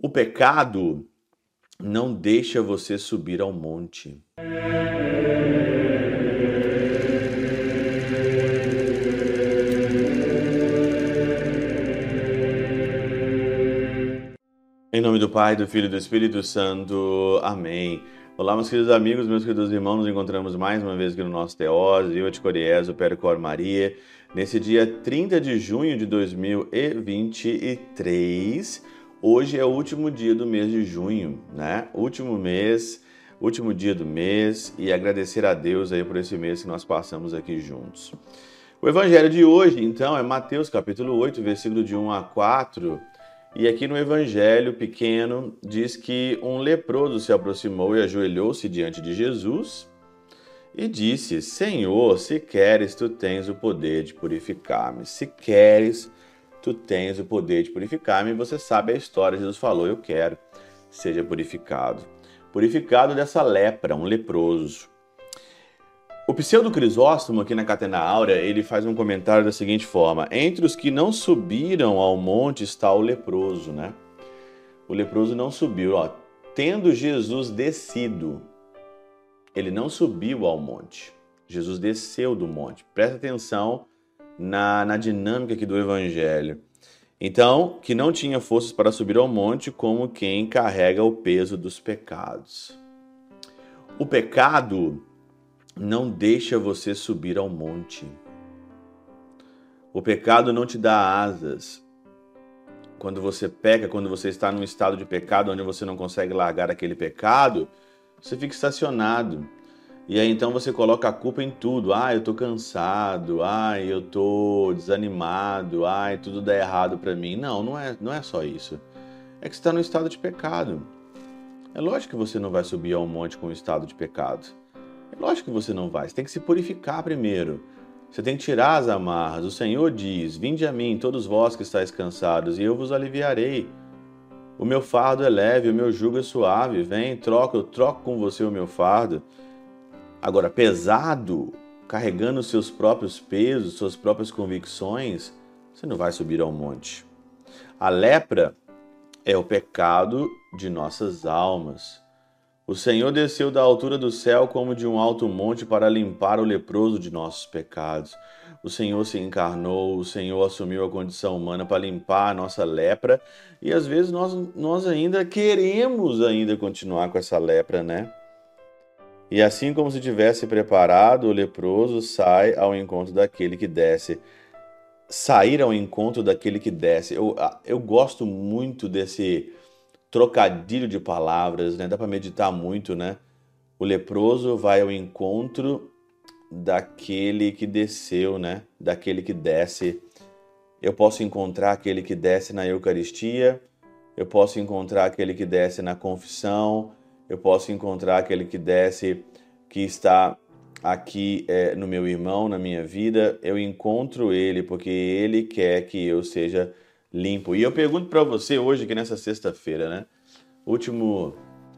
O pecado não deixa você subir ao monte. Em nome do Pai, do Filho e do Espírito Santo. Amém. Olá, meus queridos amigos, meus queridos irmãos, nos encontramos mais uma vez aqui no nosso Teós, eu te Coriés, o Percor Maria, nesse dia 30 de junho de 2023. Hoje é o último dia do mês de junho, né? Último mês, último dia do mês, e agradecer a Deus aí por esse mês que nós passamos aqui juntos. O evangelho de hoje, então, é Mateus capítulo 8, versículo de 1 a 4. E aqui no evangelho pequeno diz que um leproso se aproximou e ajoelhou-se diante de Jesus e disse: Senhor, se queres, tu tens o poder de purificar-me. Se queres, tu tens o poder de purificar-me. E você sabe a história, Jesus falou: eu quero, seja purificado. Purificado dessa lepra, um leproso. O Pseudo Crisóstomo, aqui na Catena Áurea, ele faz um comentário da seguinte forma: entre os que não subiram ao monte está o leproso, né? O leproso não subiu, ó. Tendo Jesus descido, ele não subiu ao monte. Jesus desceu do monte. Presta atenção na dinâmica aqui do evangelho. Então, que não tinha forças para subir ao monte, como quem carrega o peso dos pecados. O pecado não deixa você subir ao monte. O pecado não te dá asas. Quando você peca, quando você está num estado de pecado, onde você não consegue largar aquele pecado, você fica estacionado. E aí então você coloca a culpa em tudo. Eu tô cansado. Eu tô desanimado. Tudo dá errado para mim. Não é só isso. É que você está num estado de pecado. É lógico que você não vai subir ao monte com um estado de pecado. É lógico que você não vai, você tem que se purificar primeiro. Você tem que tirar as amarras. O Senhor diz: vinde a mim, todos vós que estáis cansados, e eu vos aliviarei. O meu fardo é leve, o meu jugo é suave. Vem, eu troco com você o meu fardo. Agora, pesado, carregando os seus próprios pesos, suas próprias convicções, você não vai subir ao monte. A lepra é o pecado de nossas almas. O Senhor desceu da altura do céu como de um alto monte para limpar o leproso de nossos pecados. O Senhor se encarnou, o Senhor assumiu a condição humana para limpar a nossa lepra e às vezes nós ainda queremos continuar com essa lepra, né? E assim como se tivesse preparado, o leproso sai ao encontro daquele que desce. Sair ao encontro daquele que desce. Eu gosto muito desse trocadilho de palavras, né? Dá para meditar muito, né? O leproso vai ao encontro daquele que desceu, né? Daquele que desce. Eu posso encontrar aquele que desce na Eucaristia, eu posso encontrar aquele que desce na confissão, eu posso encontrar aquele que desce, que está aqui no meu irmão, na minha vida. Eu encontro ele porque ele quer que eu seja limpo. E eu pergunto para você hoje, aqui nessa sexta-feira, né? Último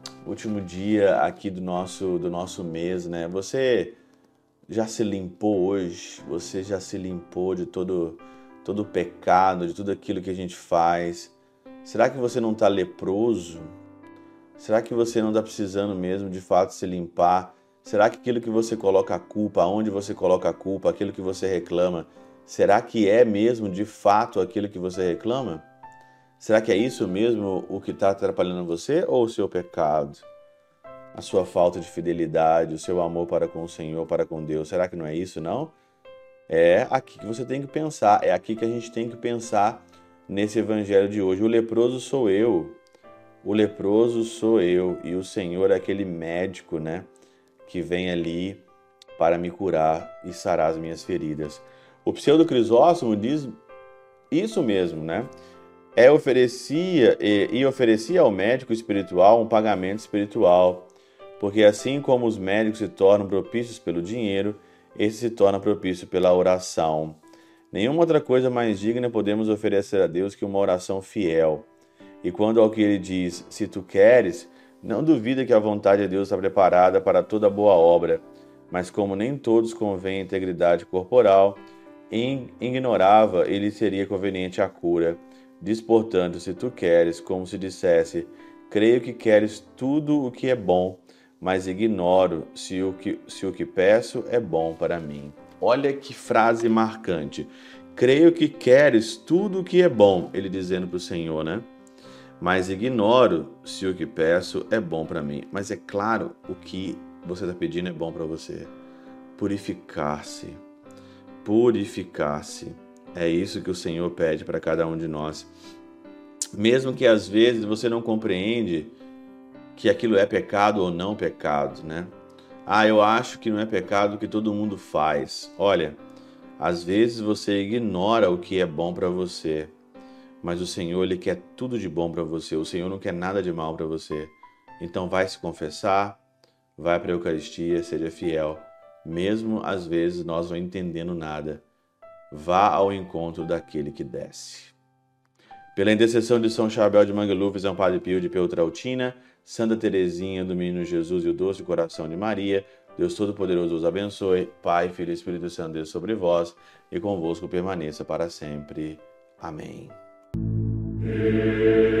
dia aqui do nosso mês, né? Você já se limpou hoje? Você já se limpou de todo o pecado, de tudo aquilo que a gente faz? Será que você não está leproso? Será que você não está precisando mesmo de fato se limpar? Será que aquilo que você coloca a culpa, aonde você coloca a culpa, aquilo que você reclama, será que é mesmo de fato aquilo que você reclama? Será que é isso mesmo o que está atrapalhando você ou o seu pecado? A sua falta de fidelidade, o seu amor para com o Senhor, para com Deus, será que não é isso, não? É aqui que você tem que pensar, é aqui que a gente tem que pensar nesse evangelho de hoje. O leproso sou eu, e o Senhor é aquele médico, né, que vem ali para me curar e sarar as minhas feridas. O Pseudo Crisóstomo diz isso mesmo, né? Oferecia ao médico espiritual um pagamento espiritual, porque assim como os médicos se tornam propícios pelo dinheiro, esse se torna propício pela oração. Nenhuma outra coisa mais digna podemos oferecer a Deus que uma oração fiel. E quando ao que ele diz, se tu queres, não duvida que a vontade de Deus está preparada para toda boa obra, mas como nem todos convém a integridade corporal, ignorava ele seria conveniente a cura. Diz, portanto, se tu queres, como se dissesse, creio que queres tudo o que é bom, mas ignoro se o que peço é bom para mim. Olha que frase marcante. Creio que queres tudo o que é bom, ele dizendo para o Senhor, né? Mas ignoro se o que peço é bom para mim. Mas é claro, o que você está pedindo é bom para você. Purificar-se. Purificar-se. É isso que o Senhor pede para cada um de nós. Mesmo que às vezes você não compreende que aquilo é pecado ou não pecado, né? Eu acho que não é pecado o que todo mundo faz. Olha, às vezes você ignora o que é bom para você, mas o Senhor, Ele quer tudo de bom para você. O Senhor não quer nada de mal para você. Então vai se confessar, vai para a Eucaristia, seja fiel. Mesmo às vezes nós não entendendo nada, vá ao encontro daquele que desce. Pela intercessão de São Chabel de Mangluf, São Padre Pio de Peltrautina, Santa Teresinha do Menino Jesus e o Doce Coração de Maria, Deus Todo-Poderoso os abençoe, Pai, Filho e Espírito Santo, Deus sobre vós e convosco permaneça para sempre. Amém.